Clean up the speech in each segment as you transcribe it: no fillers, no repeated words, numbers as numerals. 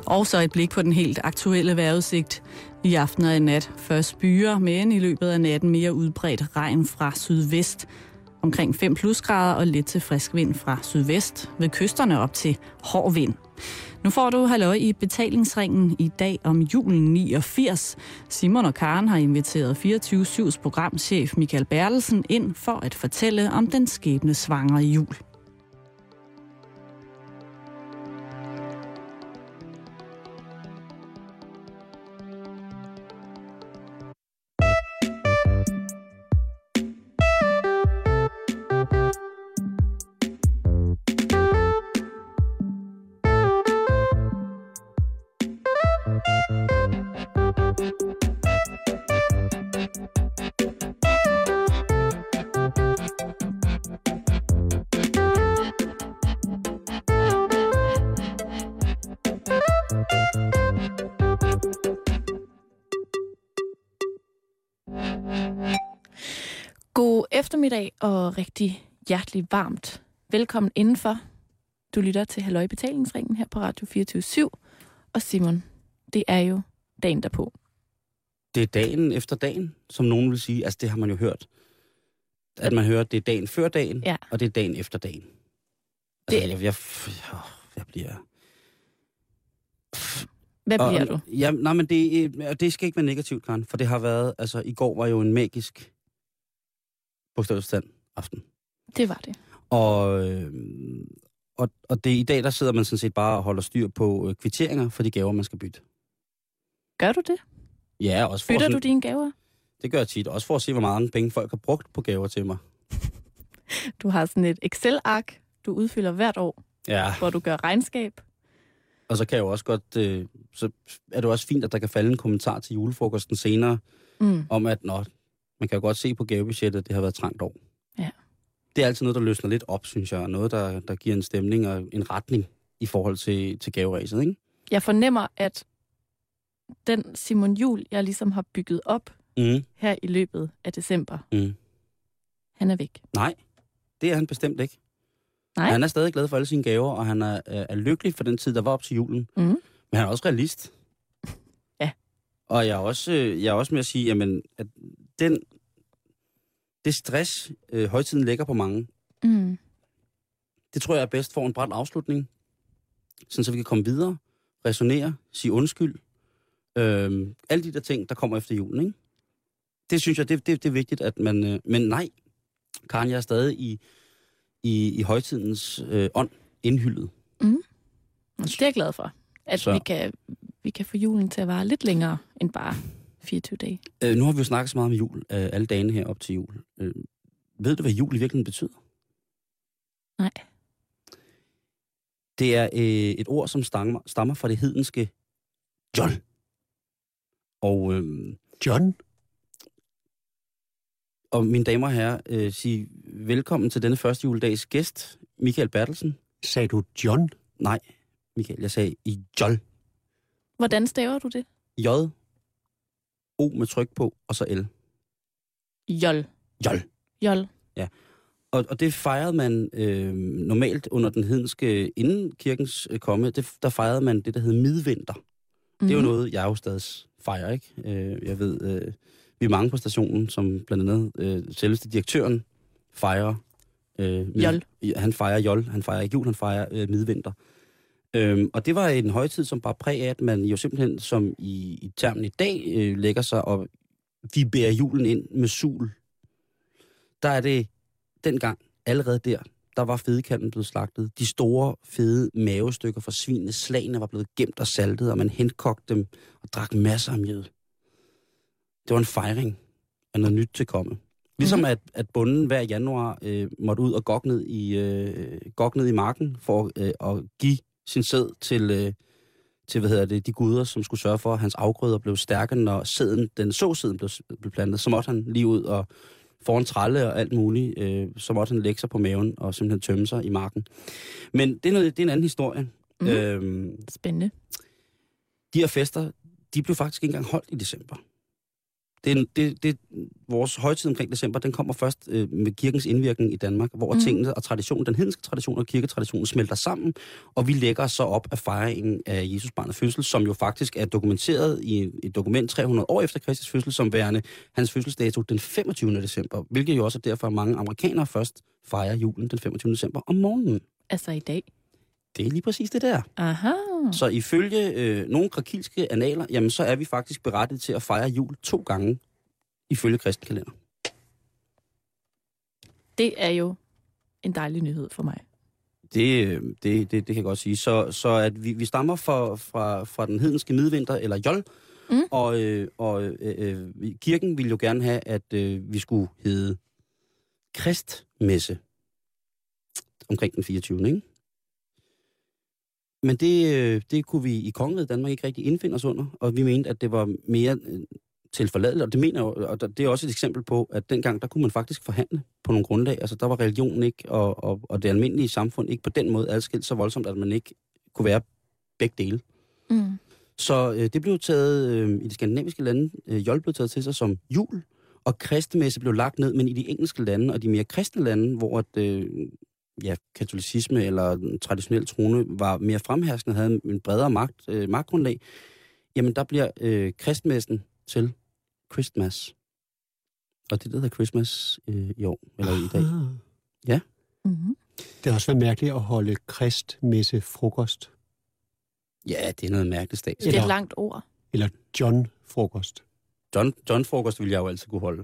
Og så et blik på den helt aktuelle vejrudsigt. I aften og i nat først byer, men i løbet af natten mere udbredt regn fra sydvest. Omkring 5 plusgrader og lidt til frisk vind fra sydvest. Ved kysterne op til hård vind. Nu får du halløj i betalingsringen i dag om julen 89. Simon og Karen har inviteret 24/7's programchef Michael Bertelsen ind for at fortælle om den skæbnesvangre jul. God eftermiddag og rigtig hjertelig varmt. Velkommen indenfor. Du lytter til Halløj Betalingsringen her på Radio 24/7. Og Simon, det er jo dagen derpå. Det er dagen efter dagen, som nogen vil sige. Altså det har man jo hørt. At man hører, at det er dagen før dagen, ja. Og det er dagen efter dagen. Altså, jeg bliver... Hvad bliver du? Ja, nej, men det skal ikke være negativt, Karen. For det har været... Altså, i går var jo en magisk bogstavsstand aften. Det var det. Og det i dag, der sidder man sådan set bare og holder styr på kvitteringer for de gaver, man skal bytte. Gør du det? Ja, også for... Bytter du dine gaver? Det gør jeg tit. Også for at se, hvor mange penge folk har brugt på gaver til mig. Du har sådan et Excel-ark, du udfylder hvert år, hvor du gør regnskab. Og så kan jeg jo også godt... så er det også fint, at der kan falde en kommentar til julefrokosten senere, om at man kan jo godt se på gavebudgettet, at det har været et trangt år. Ja. Det er altid noget, der løsner lidt op, synes jeg. Noget, der giver en stemning og en retning i forhold til gaveræset, ikke? Jeg fornemmer, at den Simon Jul, jeg ligesom har bygget op her i løbet af december, han er væk. Nej, det er han bestemt ikke. Nej. Han er stadig glad for alle sine gaver, og han er lykkelig for den tid, der var op til julen. Men han er også realist. Ja. Og jeg er også med at sige, jamen, at det stress, højtiden lægger på mange, det tror jeg er bedst for en brat afslutning, sådan så vi kan komme videre, resonere, sige undskyld. Alle de der ting, der kommer efter julen, ikke? Det synes jeg, det er vigtigt, at man... men nej, Karen, jeg er stadig i højtidens ånd indhyldet. Det er jeg glad for. At vi kan få julen til at vare lidt længere end bare 24 dage. Nu har vi jo snakket så meget om jul, alle dagene her op til jul. Ved du, hvad jul i virkeligheden betyder? Nej. Det er et ord, som stammer fra det hedenske Jol. Og John? Og mine damer og herrer, sige velkommen til denne første juledags gæst, Michael Bertelsen. Sagde du John? Nej, Michael, jeg sagde i Jol. Hvordan staver du det? J, O med tryk på, og så L. Jol. Jol. Jol. Ja. Og det fejrede man normalt under den hedenske, inden kirkens komme, der fejrede man det, der hed midvinter. Det er jo noget, jeg jo stadig fejrer, ikke? Jeg ved, vi er mange på stationen, som blandt andet selveste direktøren fejrer... Jol. Han fejrer jol, han fejrer ikke jul, han fejrer midvinter. Og det var en højtid, som bare præg af, at man jo simpelthen, som i termen i dag, lægger sig og vi bærer julen ind med sul. Der er det dengang, allerede der var fedekalven blevet slagtet. De store, fede mavestykker fra svinene, slagene var blevet gemt og saltet, og man henkogte dem og drak masser af mjød. Det var en fejring af noget nyt til komme. Ligesom at bonden hver januar måtte ud og gokke ned i marken for at give sin sæd til de guder, som skulle sørge for, at hans afgrøder blev stærke, når såsæden blev plantet. Så måtte han lige ud og foran tralle og alt muligt, så måtte han lægge sig på maven og simpelthen tømme sig i marken. Men det er en anden historie. Spændende. De her fester, de blev faktisk ikke engang holdt i december. vores højtid omkring december, den kommer først med kirkens indvirkning i Danmark, hvor tingene og traditionen, den hedenske tradition og kirketraditionen smelter sammen, og vi lægger så op af fejringen af Jesus barnets fødsel, som jo faktisk er dokumenteret i et dokument 300 år efter Kristi fødsel, som værende hans fødselsdato den 25. december, hvilket jo også er derfor, at mange amerikanere først fejrer julen den 25. december om morgenen. Altså i dag? Det er lige præcis det der. Aha. Så ifølge nogle grekilske analer, jamen så er vi faktisk berettiget til at fejre jul 2 gange ifølge kristenkalender. Det er jo en dejlig nyhed for mig. Det kan jeg godt sige. Så at vi stammer fra den hedenske midvinter, eller jol, og kirken ville jo gerne have, at vi skulle hedde kristmesse omkring den 24. Ikke? Men det kunne vi i kongeriget Danmark ikke rigtig indfinde os under, og vi mente, at det var mere tilforladeligt, og det mener jo, og det er også et eksempel på, at dengang, der kunne man faktisk forhandle på nogle grundlag. Altså, der var religionen ikke, og det almindelige samfund ikke på den måde adskilt så voldsomt, at man ikke kunne være begge dele. Mm. Så det blev taget, i de skandinaviske lande, jol blev taget til sig som jul, og kristemesse blev lagt ned, men i de engelske lande og de mere kristne lande, hvor katolicisme eller traditionel trone var mere fremherskende, havde en bredere magtgrundlag, jamen der bliver kristmessen til Christmas. Og det hedder Christmas i år, eller i dag. Ja. Mm-hmm. Det har også været mærkeligt at holde kristmesse frokost. Ja, det er noget mærkeligt stats. Det er et langt ord. Eller John-frokost. John-frokost vil jeg jo altid kunne holde.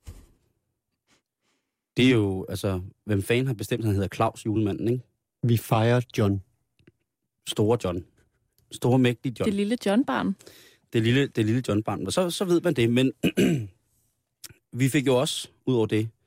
Det er jo, altså, hvem fanden har bestemt, han hedder Claus, julemanden, ikke? Vi fejrer John. Store John. Store, mægtige John. Det lille John-barn. Det lille John-barn. Og så ved man det, men vi fik jo også, ud over det,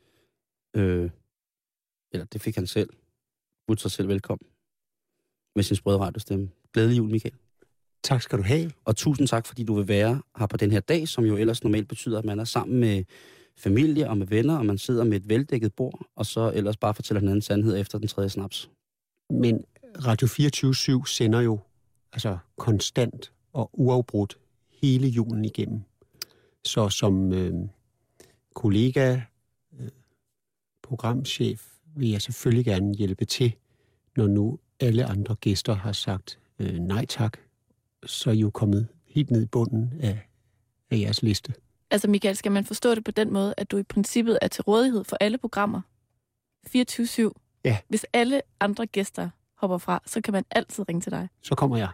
eller det fik han selv, budt sig selv velkommen med sin sprøde radiostemme. Glædelig jul, Michael. Tak skal du have. Og tusind tak, fordi du vil være her på den her dag, som jo ellers normalt betyder, at man er sammen med familie og med venner, og man sidder med et veldækket bord, og så ellers bare fortæller hinanden sandhed efter den 3. snaps. Men Radio 24/7 sender jo altså konstant og uafbrudt hele julen igennem. Så som kollega, programchef, vil jeg selvfølgelig gerne hjælpe til, når nu alle andre gæster har sagt nej tak, så er I jo kommet helt ned i bunden af jeres liste. Altså Michael, skal man forstå det på den måde, at du i princippet er til rådighed for alle programmer? 24/7? Ja. Hvis alle andre gæster hopper fra, så kan man altid ringe til dig. Så kommer jeg.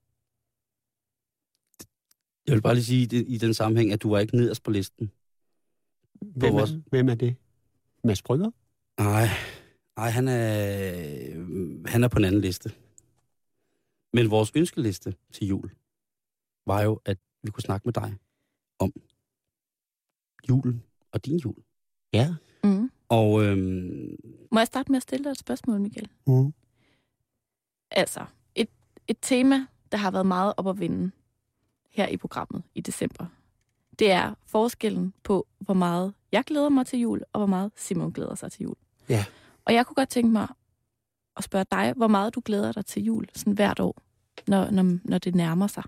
Jeg vil bare lige sige i den sammenhæng, at du var ikke nederst på listen. Hvem er det? Mads Brygger? Nej, han er på en anden liste. Men vores ønskeliste til jul var jo, at vi kunne snakke med dig om julen og din jul. Ja. Mm. Og må jeg starte med at stille dig et spørgsmål, Michael? Mm. Altså, et tema, der har været meget op at vinde her i programmet i december, det er forskellen på, hvor meget jeg glæder mig til jul, og hvor meget Simon glæder sig til jul. Ja. Og jeg kunne godt tænke mig at spørge dig, hvor meget du glæder dig til jul, sådan hvert år, når det nærmer sig.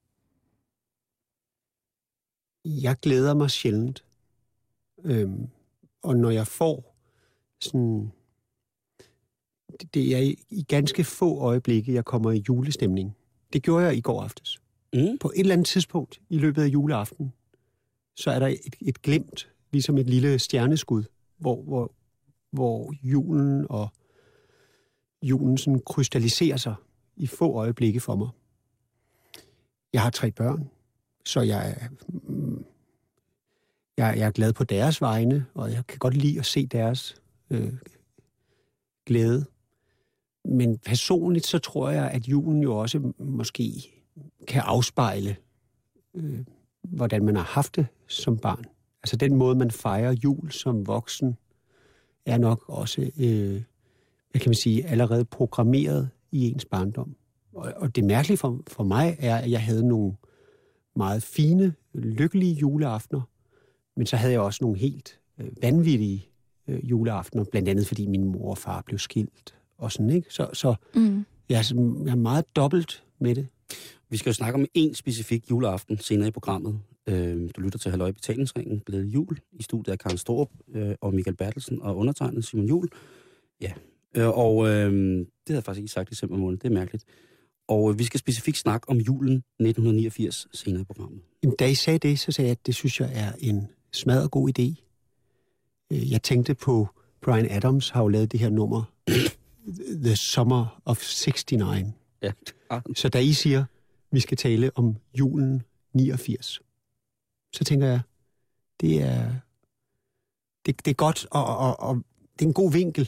Jeg glæder mig sjældent. Og når jeg får sådan... Det er i ganske få øjeblikke, jeg kommer i julestemning. Det gjorde jeg i går aftes. Mm. På et eller andet tidspunkt i løbet af juleaften, så er der et glimt, ligesom et lille stjerneskud, hvor julen sådan krystalliserer sig i få øjeblikke for mig. Jeg har 3 børn, så jeg er glad på deres vegne, og jeg kan godt lide at se deres glæde. Men personligt så tror jeg, at julen jo også måske kan afspejle, hvordan man har haft det som barn. Altså den måde, man fejrer jul som voksen, er nok også, hvad kan man sige, allerede programmeret i ens barndom. Og det mærkelige for mig er, at jeg havde nogle meget fine, lykkelige juleaftener, men så havde jeg også nogle helt vanvittige juleaftener, blandt andet fordi min mor og far blev skilt og sådan, ikke? Så jeg er meget dobbelt med det. Vi skal jo snakke om en specifik juleaften senere i programmet. Du lytter til Halløj Betalingsringen, Glædelig Jul, i studiet af Karen Storup og Michael Bertelsen og undertegnet Simon Juhl. Ja, det havde jeg faktisk ikke sagt i december måned, det er mærkeligt. Og vi skal specifikt snakke om julen 1989 senere i programmet. Jamen, da I sagde det, så sagde jeg, at det synes jeg er en smadret god idé. Jeg tænkte på, Bryan Adams har jo lavet det her nummer, The Summer of 69. Ja. Så da I siger, vi skal tale om julen 89, så tænker jeg, det er godt, og det er en god vinkel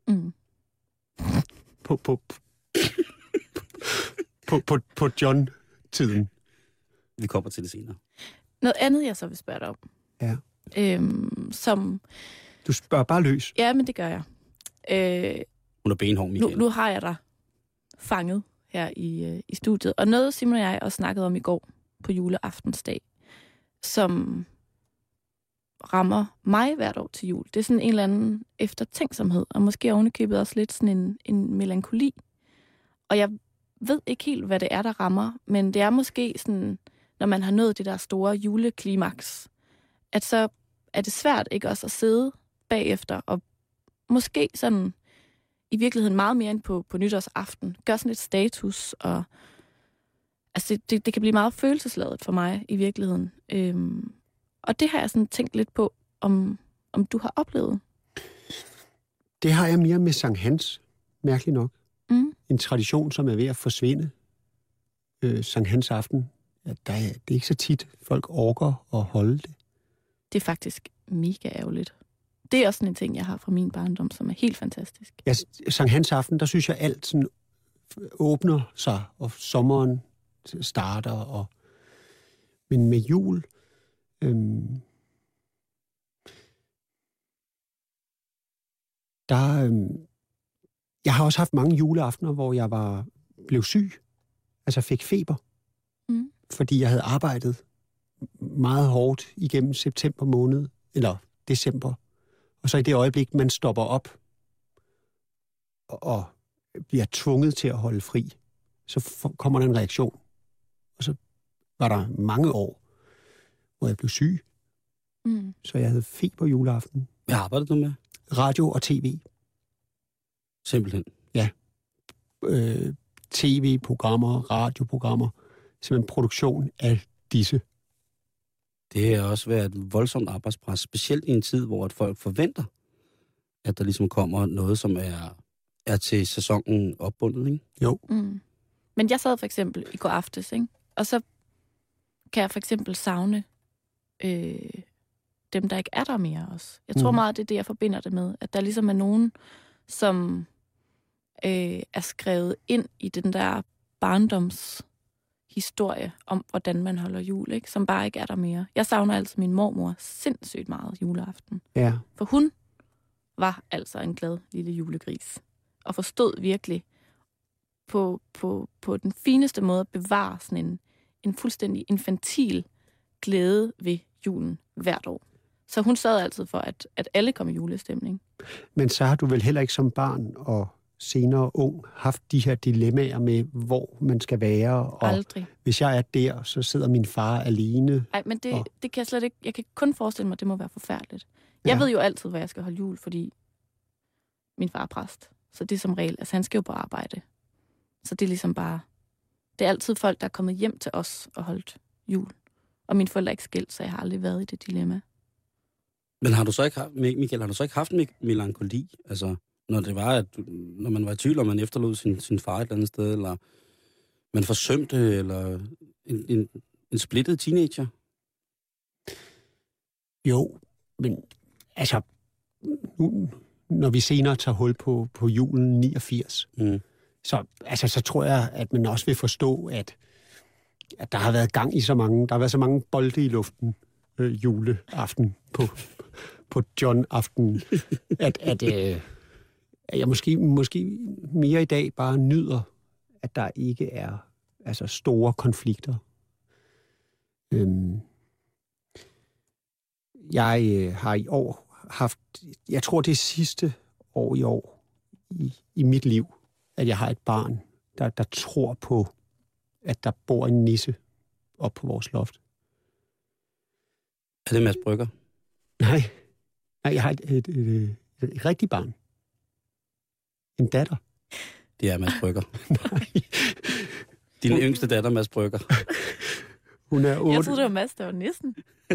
på John-tiden. Vi kommer til det senere. Noget andet, jeg så vil spørge dig om. Ja. Som... Du spørger bare løs. Ja, men det gør jeg. Hun er benhård, Michael. Nu har jeg dig fanget her i studiet. Og noget Simon og jeg også snakkede om i går på juleaftensdag, som rammer mig hvert år til jul. Det er sådan en eller anden eftertænksomhed, og måske ovenikøbet også lidt sådan en melankoli. Og jeg ved ikke helt, hvad det er, der rammer, men det er måske sådan, når man har nået det der store juleklimaks, at så er det svært ikke også at sidde bagefter og måske sådan i virkeligheden meget mere end på nytårsaften. Gør sådan lidt status, og altså det kan blive meget følelsesladet for mig i virkeligheden. Og det har jeg sådan tænkt lidt på, om du har oplevet. Det har jeg mere med Sankt Hans, mærkeligt nok. En tradition, som er ved at forsvinde. Sankt Hans aften, det er ikke så tit, folk orker at holde det. Det er faktisk mega ærgerligt. Det er også sådan en ting, jeg har fra min barndom, som er helt fantastisk. Ja, Sankt Hans aften, der synes jeg alt sådan åbner sig, og sommeren starter. Men med jul... jeg har også haft mange juleaftener, hvor jeg blev syg, altså fik feber, fordi jeg havde arbejdet meget hårdt igennem september måned, eller december. Og så i det øjeblik, man stopper op og bliver tvunget til at holde fri, så kommer der en reaktion. Og så var der mange år, hvor jeg blev syg. Så jeg havde feber juleaften. Hvad arbejdede du med? Radio og tv. Simpelthen? Ja. TV-programmer, radioprogrammer. Simpelthen produktion af disse. Det har også været et voldsomt arbejdspres, specielt i en tid, hvor at folk forventer, at der ligesom kommer noget, som er til sæsonen opbundet, ikke? Jo. Men jeg sad for eksempel i går aftes, ikke? Og så kan jeg for eksempel savne dem, der ikke er der mere også. Jeg tror meget, det er det, jeg forbinder det med. At der ligesom er nogen, som er skrevet ind i den der barndomshistorie om, hvordan man holder jul, ikke? Som bare ikke er der mere. Jeg savner altså min mormor sindssygt meget juleaften. Ja. For hun var altså en glad lille julegris. Og forstod virkelig på den fineste måde at bevare sådan en fuldstændig infantil glæde ved julen hvert år. Så hun sad altid for, at alle kom i julestemning. Men så har du vel heller ikke som barn og senere ung haft de her dilemmaer med, hvor man skal være. Og aldrig. Hvis jeg er der, så sidder min far alene. Nej, men det kan jeg slet ikke. Jeg kan kun forestille mig, at det må være forfærdeligt. Jeg ved jo altid, hvor jeg skal holde jul, fordi min far er præst. Så det er som regel, altså han skal jo på arbejde. Så det er ligesom bare, det er altid folk, der er kommet hjem til os og holdt jul. Og mine forældre er ikke skilt, så jeg har aldrig været i det dilemma. Men har du så ikke, Michael, har du så ikke haft en melankoli? Altså, når det var, når man var i tvivl, om man efterlod sin far et eller andet sted, eller man forsømte, eller en splittet teenager? Jo, men altså, når vi senere tager hul på julen 89, så tror jeg, at man også vil forstå, at der har været gang i der har været så mange bolde i luften juleaften på John-aften, at jeg måske mere i dag bare nyder, at der ikke er altså store konflikter. Jeg har i år haft, jeg tror det er sidste år i år i mit liv, at jeg har et barn, der tror på, at der bor en nisse op på vores loft. Er det Mads Brygger? Nej, jeg har et rigtigt barn. En datter. Det er Mads Brygger. Nej. Din yngste datter, Mads Brygger. Hun er 8. Jeg troede, det var Mads, der var nissen. Er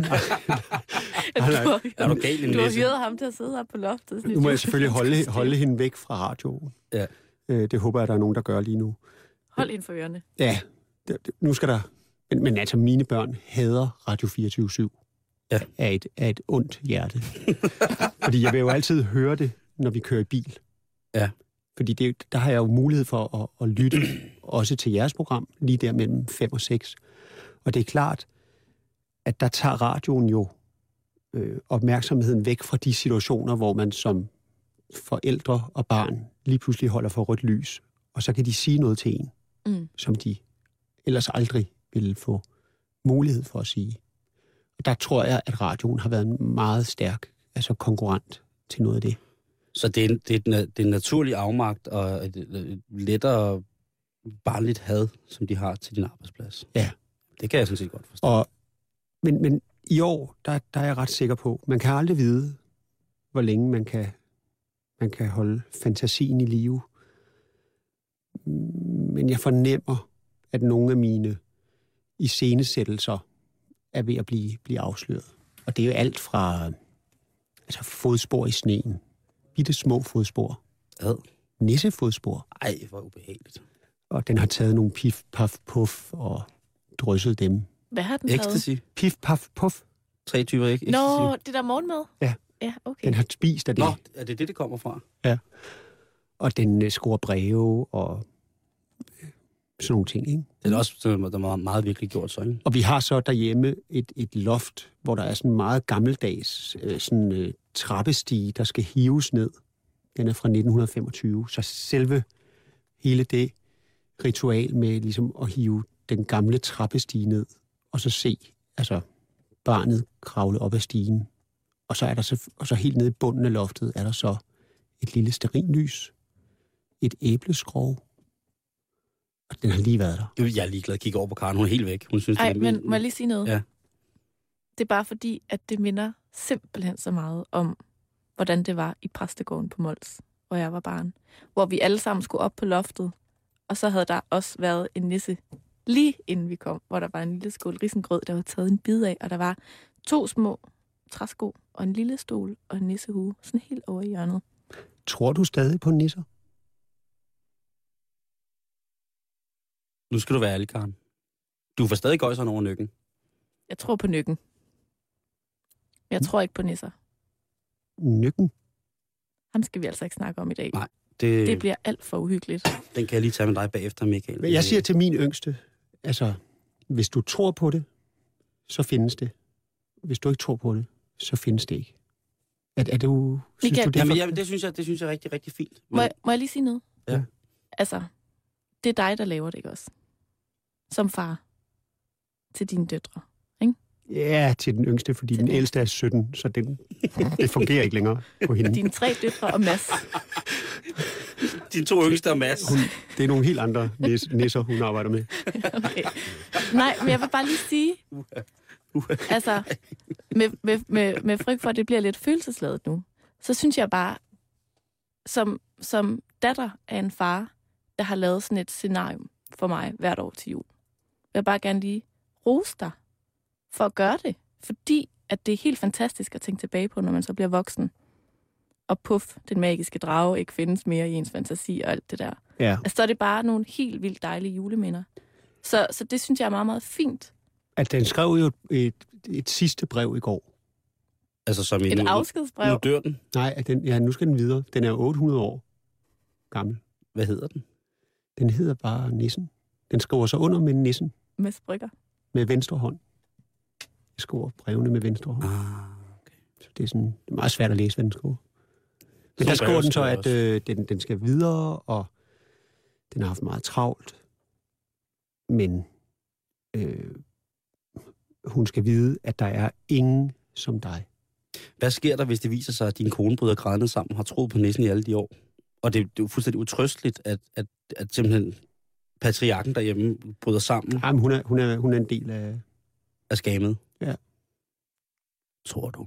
du gal, en Du har nisse? hyret ham til at sidde op på loftet. Nu må jeg selvfølgelig holde hende væk fra radioen. Ja. Det håber jeg, der er nogen, der gør lige nu. Hold ind for ørerne. Ja, nu skal der... Men altså, mine børn hader Radio 24/7 Ja. af et ondt hjerte. Fordi jeg vil jo altid høre det, når vi kører i bil. Ja. Fordi der har jeg jo mulighed for at lytte også til jeres program, lige der mellem 5 og 6. Og det er klart, at der tager radioen jo opmærksomheden væk fra de situationer, hvor man som forældre og barn lige pludselig holder for rødt lys. Og så kan de sige noget til en, som de ellers aldrig ville få mulighed for at sige. Og der tror jeg, at radioen har været meget stærk, altså konkurrent til noget af det. Så det er en naturlig afmagt og et lettere barnligt had, som de har til din arbejdsplads. Ja. Det kan jeg sådan set godt forstå. Men i år, der er jeg ret sikker på, man kan aldrig vide, hvor længe man kan holde fantasien i live. Men jeg fornemmer, at nogle af mine iscenesættelser er ved at blive afsløret. Og det er jo alt fra fodspor i sneen, bitte små fodspor, nissefodspor. Ej, hvor ubehageligt. Og den har taget nogle pif, paf, puff og drysset dem. Hvad har den taget? Ecstasy. Pif, paf, puff. 3 typer ikke? Nå, det der morgenmad? Ja. Ja, okay. Den har spist af det. Nå, er det det kommer fra? Ja. Og den scorer breve og sådan nogle ting, ikke? Det er også der var meget virkelig gjort så, ikke? Og vi har så derhjemme et loft, hvor der er sådan en meget gammeldags trappestige, der skal hives ned. Den er fra 1925, så selve hele det ritual med ligesom at hive den gamle trappestige ned, og så se barnet kravle op ad stigen. Og så er der så helt nede i bunden af loftet, er der så et lille stearinlys, et æbleskrog, og den har lige været der. Jeg er ligeglad at kigge over på Karen. Hun er helt væk. Hun synes, Ej, det er men må jeg lige sige noget? Ja. Det er bare fordi, at det minder simpelthen så meget om, hvordan det var i præstegården på Mols, hvor jeg var barn. Hvor vi alle sammen skulle op på loftet, og så havde der også været en nisse lige inden vi kom, hvor der var en lille skål risengrød, der var taget en bid af, og der var 2 små træsko og en lille stol og en nissehue, sådan helt over i hjørnet. Tror du stadig på nisser? Nu skal du være ærlig, Karen. Du får stadig gøjseren over Nykken. Jeg tror på Nykken. Men jeg tror ikke på nisser. Nykken? Ham skal vi altså ikke snakke om i dag. Nej. Det bliver alt for uhyggeligt. Den kan jeg lige tage med dig bagefter, Michael. Men jeg siger til min yngste, hvis du tror på det, så findes det. Hvis du ikke tror på det, så findes det ikke. Er du... Synes Michael, du, det er Jamen, det synes jeg er rigtig, rigtig fint. Men... Må jeg lige sige noget? Ja. Det er dig, der laver det, ikke også? Som far til dine døtre, ikke? Ja, til den yngste, fordi den ældste er 17, så det fungerer ikke længere på hende. Dine 3 døtre og Mads. De 2 yngste og Mads. Det er nogle helt andre nisser, hun arbejder med. Okay. Nej, men jeg vil bare lige sige, med frygt for, at det bliver lidt følelsesladet nu, så synes jeg bare, som datter af en far, der har lavet sådan et scenarium for mig hvert år til jul, vil jeg bare gerne lige rose dig for at gøre det. Fordi at det er helt fantastisk at tænke tilbage på, når man så bliver voksen. Og puff, den magiske drage ikke findes mere i ens fantasi og alt det der. Ja. Så er det bare nogle helt vildt dejlige juleminder. Så det synes jeg er meget, meget fint. At den skrev jo et sidste brev i går. Altså som Et afskedsbrev. Nu dør den. Nej, nu skal den videre. Den er 800 år gammel. Hvad hedder den? Den hedder bare Nissen. Den skriver sig under med Nissen. Med Brygger. Med venstre hånd. Jeg skriver brevene med venstre hånd. Okay. Så det er meget svært at læse, hvad den skriver. Men der skriver den så, at den skal videre, og den har haft meget travlt. Men hun skal vide, at der er ingen som dig. Hvad sker der, hvis det viser sig, at din kone bryder grædende sammen, har troet på nissen i alle de år? Og det er jo fuldstændig utrøsteligt, at simpelthen patriarken derhjemme bryder sammen. Jamen, hun er en del af... Af skamet. Ja. Tror du?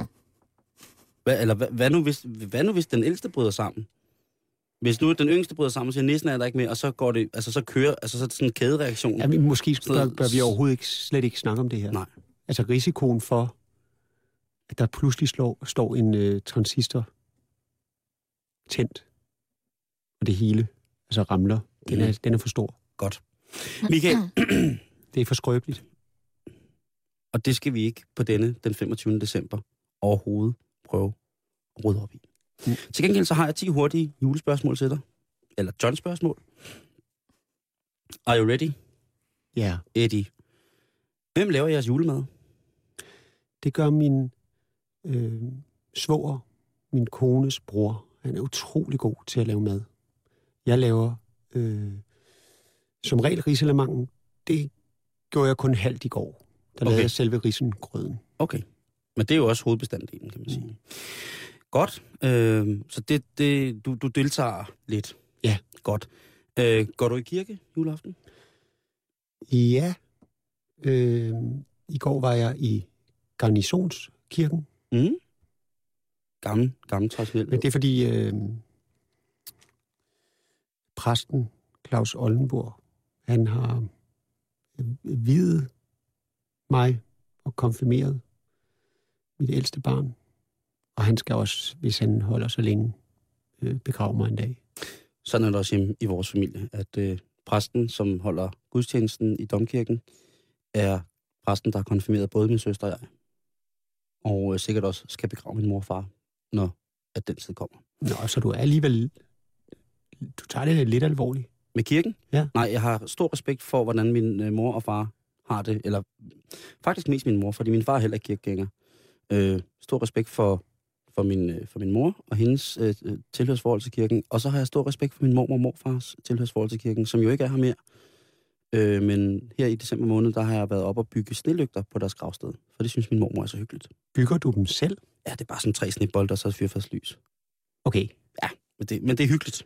Hvad nu hvis den ældste bryder sammen? Hvis nu den yngste bryder sammen og siger, nissen er der ikke mere, og så går det, altså så kører, altså så er det sådan en kædereaktion. Ja, men måske bør vi overhovedet slet ikke snakke om det her. Nej. Altså risikoen for, at der pludselig står en transistor tændt, og det hele altså ramler, den er for stor. Godt. Michael. Det er for skrøbeligt. Og det skal vi ikke på den 25. december overhovedet prøve at rydde op i. Til gengæld så har jeg 10 hurtige julespørgsmål til dig. Eller John-spørgsmål. Are you ready? Ja. Yeah. Eddie. Hvem laver jeres julemad? Det gør min svoger, min kones bror. Han er utrolig god til at lave mad. Jeg laver som regel risalamangen. Det gjorde jeg kun halvt i går. Der lavede jeg selve risengrøden. Okay. Men det er jo også hovedbestanddelen, kan man sige. Godt. Så du deltager lidt. Ja. Godt. Går du i kirke juleaften? Ja. I går var jeg i Garnisonskirken. Mm. Gammel traditionelt. Men det er fordi præsten Claus Oldenburg, han har viet mig og konfirmeret mit ældste barn. Og han skal også, hvis han holder så længe, begrave mig en dag. Sådan er det også hjemme i vores familie, at præsten, som holder gudstjenesten i domkirken, er præsten, der har konfirmeret både min søster og jeg. Og sikkert også skal begrave min mor og far, når at den tid kommer. Nå, så du er alligevel... Du tager det lidt alvorligt. Med kirken? Ja. Nej, jeg har stor respekt for, hvordan min mor og far har det. Eller faktisk mest min mor, fordi min far er heller ikke kirkegænger. Stor respekt for min mor og hendes tilhørsforhold til kirken. Og så har jeg stor respekt for min mormor og morfars tilhørsforhold til kirken, som jo ikke er her mere. Men her i december måned, der har jeg været op og bygge snelygter på deres gravsted. For det synes min mormor er så hyggeligt. Bygger du dem selv? Ja, det er bare sådan 3 snitbolde og så et fyrfadslys. Okay. Ja, men det er hyggeligt.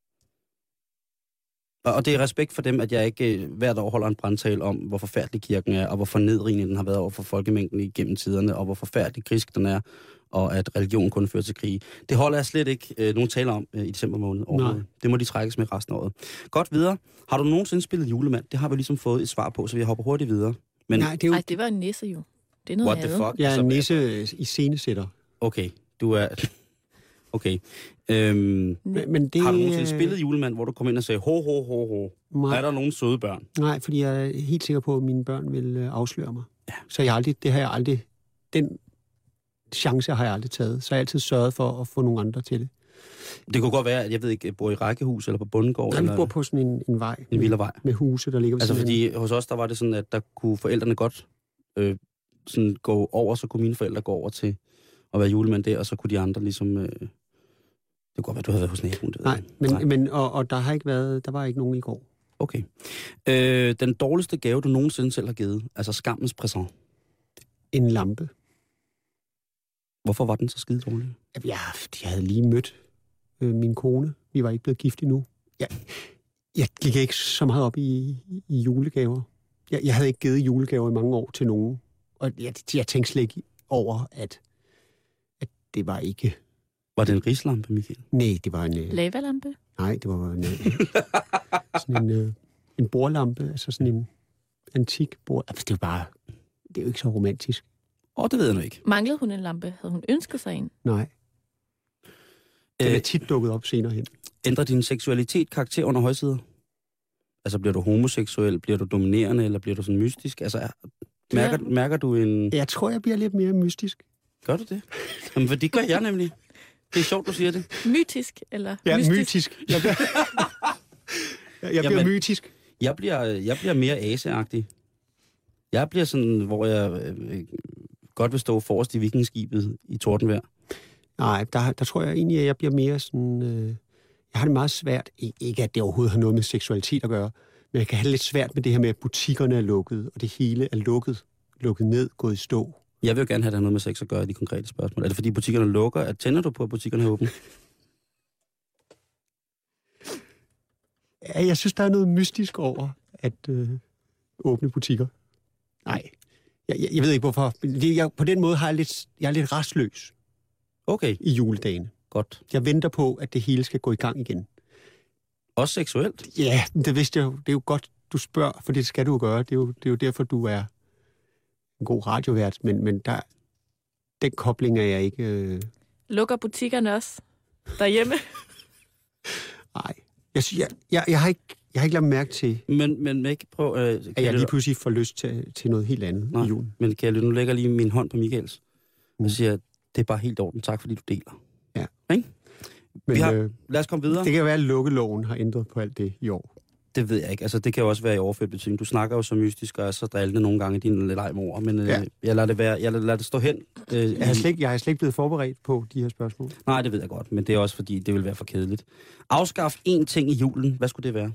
Og det er respekt for dem, at jeg ikke hvert år holder en brandtale om, hvor forfærdelig kirken er, og hvor fornedrigende den har været over for folkemængden igennem tiderne, og hvor forfærdelig kritisk den er, og at religion kun fører til krig. Det holder jeg slet ikke nogen taler om i december måned. Det må de trækkes med resten af året. Godt videre. Har du nogensinde spillet julemand? Det har vi ligesom fået et svar på, så vi hopper hurtigt videre. Men... Nej, det var en nisse jo. Det er noget What the fuck? Jeg er en nisse i scenesætter. Okay, du er... Okay. Men det... Har du nogensinde spillet julemand, hvor du kom ind og sagde, ho. Nej. Er der nogen søde børn? Nej, fordi jeg er helt sikker på, at mine børn vil afsløre mig. Ja. Så den chance har jeg aldrig taget. Så jeg har altid sørget for at få nogle andre til det. Det kunne godt være, at jeg bor i rækkehus eller på bondegård. Nej, vi bor på sådan en vej. En villavej. Med huse, der ligger ved altså siden. Fordi hos os, der var det sådan, at der kunne forældrene godt sådan gå over, så kunne mine forældre gå over til at være julemand der, og så kunne de andre ligesom... det kunne godt være, du havde været hos naboen. Nej, men der var ikke nogen i går. Okay. Den dårligste gave, du nogensinde selv har givet, altså skammens præsent? En lampe. Hvorfor var den så skide dårlig? Ja, fordi jeg havde lige mødt min kone. Vi var ikke blevet gift endnu. Jeg gik ikke så meget op i julegaver. Jeg havde ikke givet julegaver i mange år til nogen. Og jeg tænkte slet ikke over, at det var ikke... Var det en rislampe, Michael? Nej, det var en... Lavalampe? Nej, det var en bordlampe, altså sådan en antik bord. Altså, det er jo ikke så romantisk. Det ved jeg nu ikke. Manglede hun en lampe? Havde hun ønsket sig en? Nej. Den er tit dukket op senere hen. Ændrer din seksualitet karakter under højtider? Altså, bliver du homoseksuel, bliver du dominerende, eller bliver du sådan mystisk? Altså, mærker du en... Jeg tror, jeg bliver lidt mere mystisk. Gør du det? Jamen, for det gør jeg nemlig. Det er sjovt, du siger det. Mytisk, eller mystisk? Mytisk. Jeg bliver mytisk. Jeg bliver mere aseagtig. Jeg bliver sådan, hvor jeg godt vil stå forrest i vikingskibet i tordenvejr. Nej, der tror jeg egentlig, at jeg bliver mere sådan... jeg har det meget svært. Ikke, at det overhovedet har noget med seksualitet at gøre, men jeg kan have det lidt svært med det her med, at butikkerne er lukket, og det hele er lukket ned, gået i stå. Jeg vil jo gerne have, at det har noget med sex at gøre i de konkrete spørgsmål. Er det fordi butikkerne lukker? Tænder du på, at butikkerne er åbne? Ja, jeg synes, der er noget mystisk over at åbne butikker. Nej, Jeg ved ikke, hvorfor. På den måde jeg er lidt rastløs Okay, i juledagene. godt. Jeg venter på, at det hele skal gå i gang igen. Også seksuelt? Ja, det vidste jeg jo. Det er jo godt, du spørger, for det skal du jo gøre. Det er jo derfor, du er en god radiovært. Men den kobling er jeg ikke... Lukker butikkerne også derhjemme? Nej. Jeg har ikke lagt mærke til, Men ikke prøv... at jeg lige pludselig får lyst til noget helt andet i julen. Men kan jeg nu lægger lige min hånd på Michaels og siger, det er bare helt orden. Tak, fordi du deler. Ja. Ikke? Men, Lad os komme videre. det kan være, at lukkeloven har ændret på alt det i år. Det ved jeg ikke. Altså, det kan jo også være i overført betydning. Du snakker jo så mystisk og er så drillende nogle gange i dine leg med ord, men jeg lader det være. Jeg lader det stå hen. Jeg har slet ikke blevet forberedt på de her spørgsmål. Nej, det ved jeg godt, men det er også fordi, det vil være for kedeligt. Afskaf én ting i julen. Hvad skulle det være?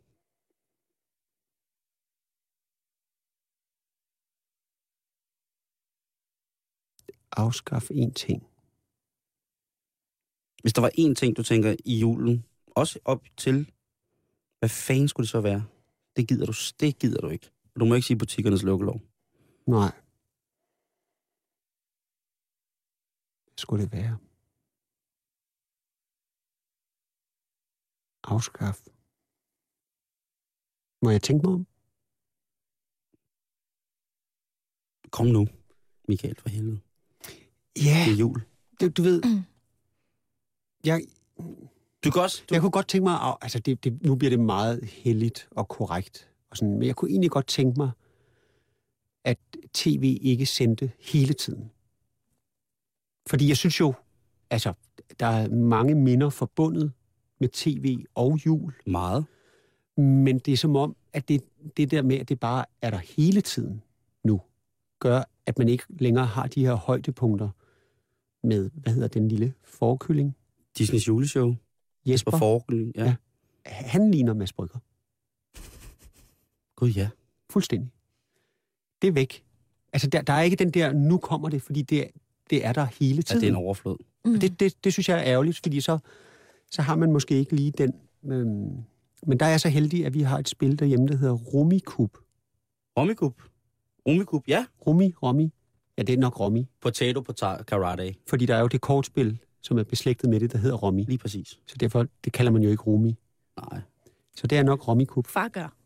Afskaf én ting. Hvis der var én ting, du tænker i julen, også op til, hvad fanden skulle det så være? Det gider du ikke. Du må ikke sige butikkernes lukkelov. Nej. Hvad skulle det være? Afskaf. Må jeg tænke mig om? Kom nu, Michael, for helvede. Ja. Det er jul. Du ved... Jeg kunne godt tænke mig... Altså, nu bliver det meget heldigt og korrekt. Og sådan, men jeg kunne egentlig godt tænke mig, at tv ikke sendte hele tiden. Fordi jeg synes jo... Altså, der er mange minder forbundet med tv og jul. Meget. Men det er som om, at det der med, at det bare er der hele tiden nu, gør, at man ikke længere har de her højdepunkter med, hvad hedder den lille forkylling? Disneys juleshow. Jesper Forkylling, ja. Han ligner Mads Brygger. Gud, ja. Fuldstændig. Det er væk. Altså, der er ikke den der, nu kommer det, fordi det er der hele tiden. Ja, det er en overflod. Mm. Det synes jeg er ærgerligt, fordi så har man måske ikke lige den... men der er jeg så heldig, at vi har et spil derhjemme, der hedder Rummikub. Rummikub, ja. Rummi. Ja, det er nok Rummi. Potato karate. Fordi der er jo det kortspil, som er beslægtet med det, der hedder Rummi. Lige præcis. Så derfor, det kalder man jo ikke Rummi. Nej. Så det er nok Rummikub. Far gør.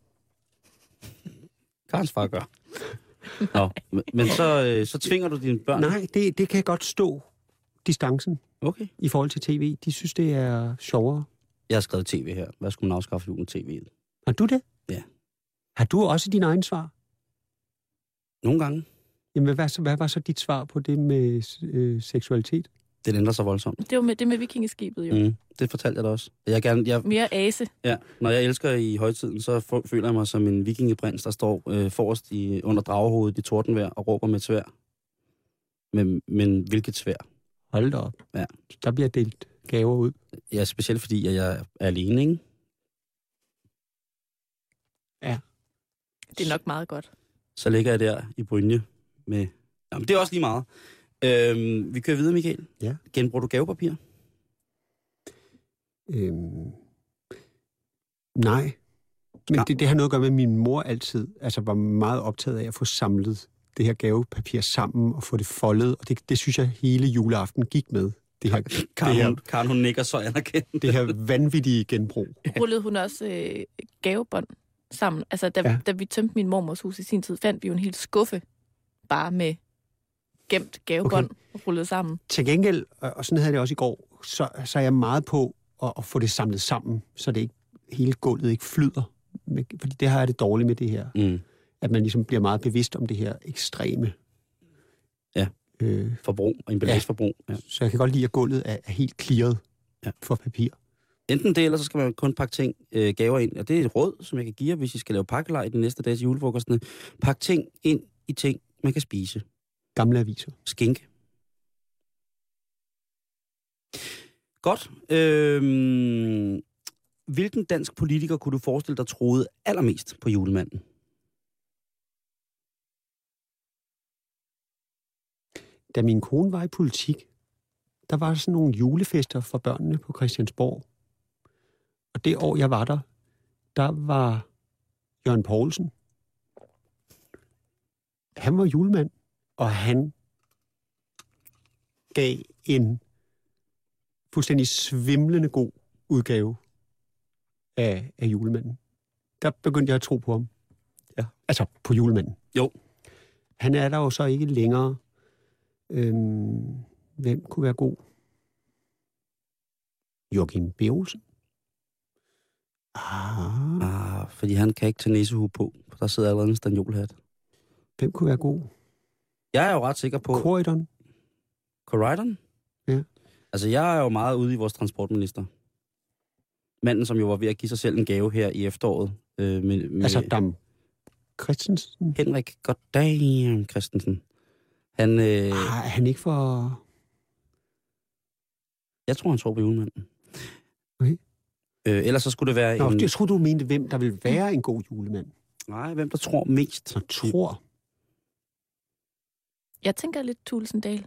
Karls far gør. Nå, men så tvinger du dine børn? Nej, det kan godt stå distancen i forhold til tv. De synes, det er sjovere. Jeg har skrevet tv her. Hvad skulle man afskaffe julen tv'et? Har du det? Ja. Har du også din egen svar? Nogle gange. Jamen, hvad var så dit svar på det med seksualitet? Det ændrer sig voldsomt. Det var med det med vikingeskibet jo. Det fortalte jeg da også. Mere ase. Ja, når jeg elsker i højtiden, så føler jeg mig som en vikingeprins, der står forrest under dragehovedet i tordenvejr og råber med sværd. Men hvilket sværd? Hold da op. Ja. Der bliver delt gaver ud. Ja, specielt fordi jeg er alene, ikke? Ja. Det er nok meget godt. Så ligger jeg der i Brynje med... Jamen, det er også lige meget. Vi kører videre, Michael. Ja. Genbruger du gavepapir? Nej. Men det har noget at gøre med, at min mor altid var meget optaget af at få samlet det her gavepapir sammen og få det foldet. Og det synes jeg hele juleaften gik med. Det her, Karen, hun nikker så anerkendt. Det her vanvittige genbrug. Rullede hun også gavebånd sammen? Altså, da vi tømte min mormors hus i sin tid, fandt vi jo en hel skuffe bare med gemt gavebånd rullet sammen. Til gengæld, og sådan havde det også i går, så er jeg meget på at få det samlet sammen, så det ikke hele gulvet ikke flyder. Fordi det har jeg det dårligt med det her. Mm. At man ligesom bliver meget bevidst om det her ekstreme forbrug og emballageforbrug. Ja. Så jeg kan godt lide, at gulvet er helt clearet for papir. Enten det, eller så skal man kun pakke gaver ind. Og det er et råd, som jeg kan give jer, hvis I skal lave pakkelej i den næste dag til julefrokostene. Pak ting ind i ting, man kan spise. Gamle aviser. Skinke. Godt. Hvilken dansk politiker kunne du forestille dig troede allermest på julemanden? Da min kone var i politik, der var sådan nogle julefester for børnene på Christiansborg. Og det år, jeg var der var Jørgen Poulsen. han var julemand, og han gav en fuldstændig svimlende god udgave af julemanden. Der begyndte jeg at tro på ham. Ja. Altså på julemanden. Jo. Han er der jo så ikke længere. Hvem kunne være god? Joachim B. Olsen. Fordi han kan ikke tage næsehue på, for der sidder allerede en stanjolhat. Hvem kunne være god? Jeg er jo ret sikker på... Corridon? Ja. Altså, jeg er jo meget ude i vores transportminister. Manden, som jo var ved at give sig selv en gave her i efteråret. Med altså Dam Christensen? Henrik Goddam Christensen. Han... Er han ikke for... Jeg tror, han tror på julemanden. Okay. Ellers så skulle det være en... Jeg tror, du mente, hvem der vil være en god julemand. Nej, hvem der tror mest. Jeg tror. Jeg tænker lidt Tulsendal.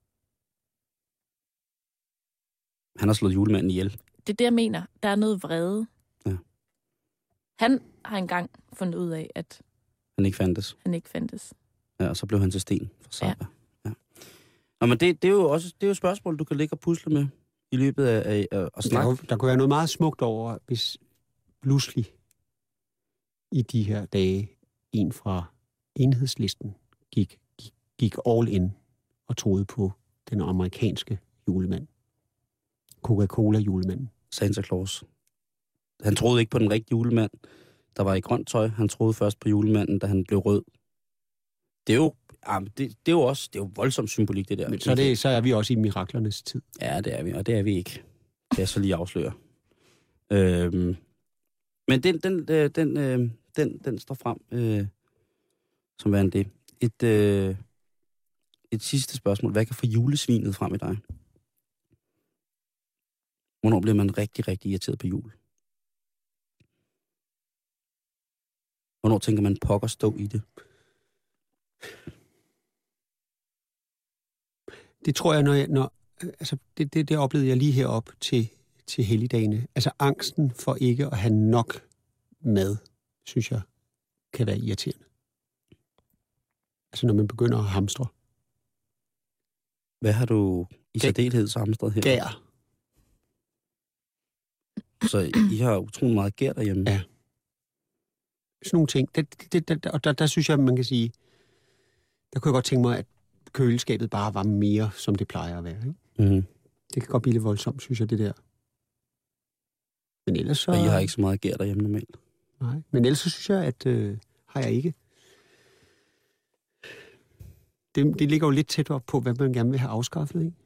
Han har slået julemanden ihjel. Det er det, jeg mener. Der er noget vrede. Ja. Han har engang fundet ud af, at han ikke fandtes. Ja, og så blev han til sten for Zappa. Ja. Nå, men det er jo også et spørgsmål, du kan ligge og pusle med i løbet af at snakke. Der kunne være noget meget smukt over, hvis pludselig i de her dage en fra Enhedslisten gik all in og troede på den amerikanske julemand. Coca-Cola julemanden. Santa Claus. Han troede ikke på den rigtige julemand, der var i grønt tøj. Han troede først på julemanden, da han blev rød. Det er jo, det er jo voldsom symbolik, det der. Men så er vi også i miraklernes tid. Ja, det er vi, og det er vi ikke. Det er så lige afsløre. Men den står frem som værende det. Et sidste spørgsmål. Hvad kan få julesvinet frem i dig? Hvornår bliver man rigtig, rigtig irriteret på jul? Hvornår tænker man pokker stå i det? Det tror jeg, altså det oplevede jeg lige herop til helligdagene. Altså angsten for ikke at have nok mad, synes jeg, kan være irriterende. Altså når man begynder at hamstre. Hvad har du i særdeleshed hamstret her? Gær. Så I har utrolig meget gær derhjemme? Ja. Sådan nogle ting. Der synes jeg, man kan sige, der kunne jeg godt tænke mig, at køleskabet bare var mere, som det plejer at være. Ikke? Mm-hmm. Det kan godt blive lidt voldsomt, synes jeg, det der. Men ellers så... Og I har ikke så meget gær derhjemme normalt? Nej, men ellers så synes jeg, at har jeg ikke. Det ligger jo lidt tæt op på, hvad man gerne vil have afskaffet, ikke?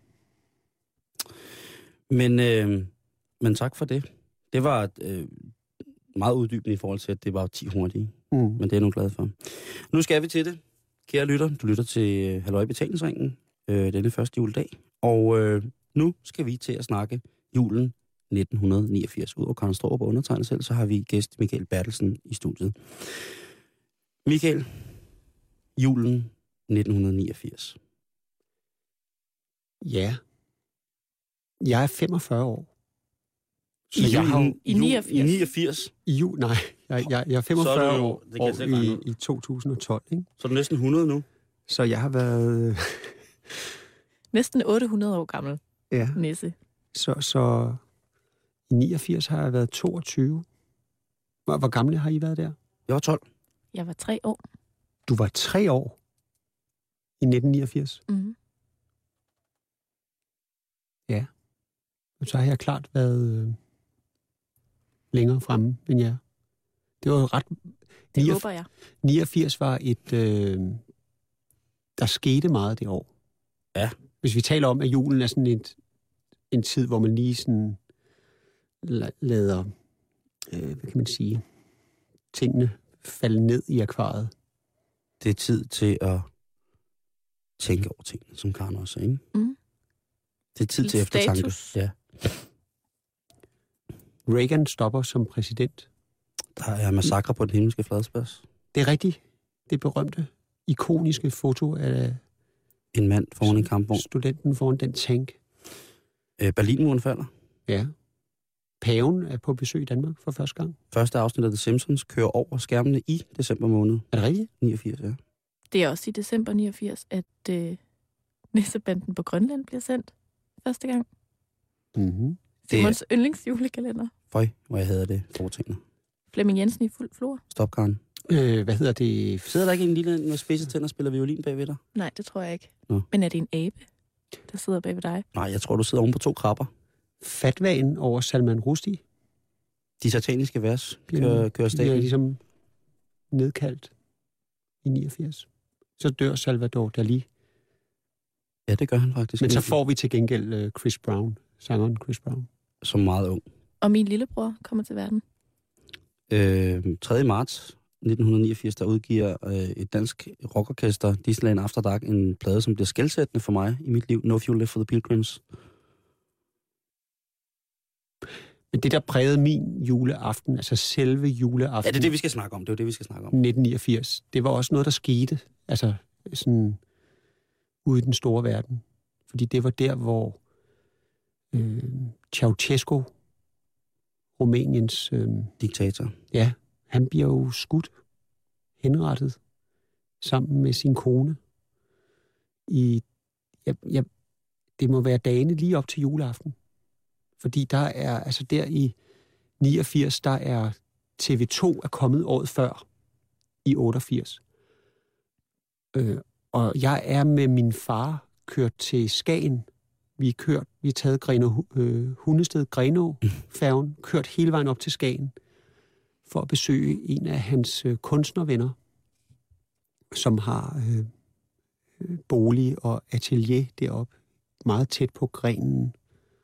Men tak for det. Det var meget uddybende i forhold til, at det var 10 hurtige. Men det er jeg nu glad for. Nu skal vi til det. Kære lytter, du lytter til Halløj Betalingsringen denne første juledag. Og nu skal vi til at snakke julen 1989. Udover Karen Straarup og undertegnet selv, så har vi gæst Michael Bertelsen i studiet. Michael, julen 1989. Ja. Jeg er 45 år. Så I 89? I 89? Nej, jeg er 45 år i 2012. Ikke? Så er du næsten 100 nu? Så jeg har været... næsten 800 år gammel. Ja. Nisse. Så i 89 har jeg været 22. Hvor gamle har I været der? Jeg var 12. Jeg var 3 år. Du var 3 år i 1989? Mhm. Ja. Og så har jeg klart været længere fremme end jer. Det var jo ret... Det håber jeg. 89 var et... der skete meget det år. Ja. Hvis vi taler om, at julen er sådan en tid, hvor man lige sådan lader, hvad kan man sige, tingene falde ned i akvariet. Det er tid til at tænke over tingene, som Karen også sagde, ikke? Mm. Det er tid til eftertanke. Ja. Reagan stopper som præsident. Der er massakre på den himmelske fladsplads. Det er rigtigt. Det berømte, ikoniske foto af en mand foran en kampvogn. Studenten foran den tank. Berlinmuren falder. Ja. Paven er på besøg i Danmark for første gang. Første afsnit af The Simpsons kører over skærmene i december måned. Er det rigtigt? 89, ja. Det er også i december 89, at Nissebanden på Grønland bliver sendt første gang. Mm-hmm. Simons yndlingsjulekalender. Føj, hvor jeg havde det foretagende. Flemming Jensen i fuld flor. Stop, Karen. Hvad hedder det? Sidder der ikke en lille med spidse tænder og spiller violin bagved dig? Nej, det tror jeg ikke. Nå. Men er det en abe, der sidder bagved dig? Nej, jeg tror, du sidder oven på 2 krabber. Fatwaen over Salman Rushdie De sataniske vers kører bliver staten. ligesom nedkaldt i 89. Så dør Salvador Dalí. Ja, det gør han faktisk. Men så får vi til gengæld Chris Brown, sangeren Chris Brown. Som meget ung. Og min lillebror kommer til verden. 3. marts 1989, der udgiver et dansk rockorkester, Disneyland After Dark, en plade, som bliver skelsættende for mig i mit liv. No Fuel Left for the Pilgrims. Men det, der prægede min juleaften, altså selve juleaften... Ja, det er det, vi skal snakke om. Det er jo det, vi skal snakke om. 1989, det var også noget, der skete, altså sådan ude i den store verden. Fordi det var der, hvor Ceausescu, Rumæniens... Diktator. Ja, han bliver jo skudt, henrettet, sammen med sin kone. Det må være dagene lige op til juleaften. Fordi der er, altså der i 89, der er TV2 er kommet året før, i 88. Og jeg er med min far kørt til Skagen. Vi har taget Hundested Grenaa-færgen, kørt hele vejen op til Skagen, for at besøge en af hans kunstnervenner, som har bolig og atelier deroppe, meget tæt på grenen.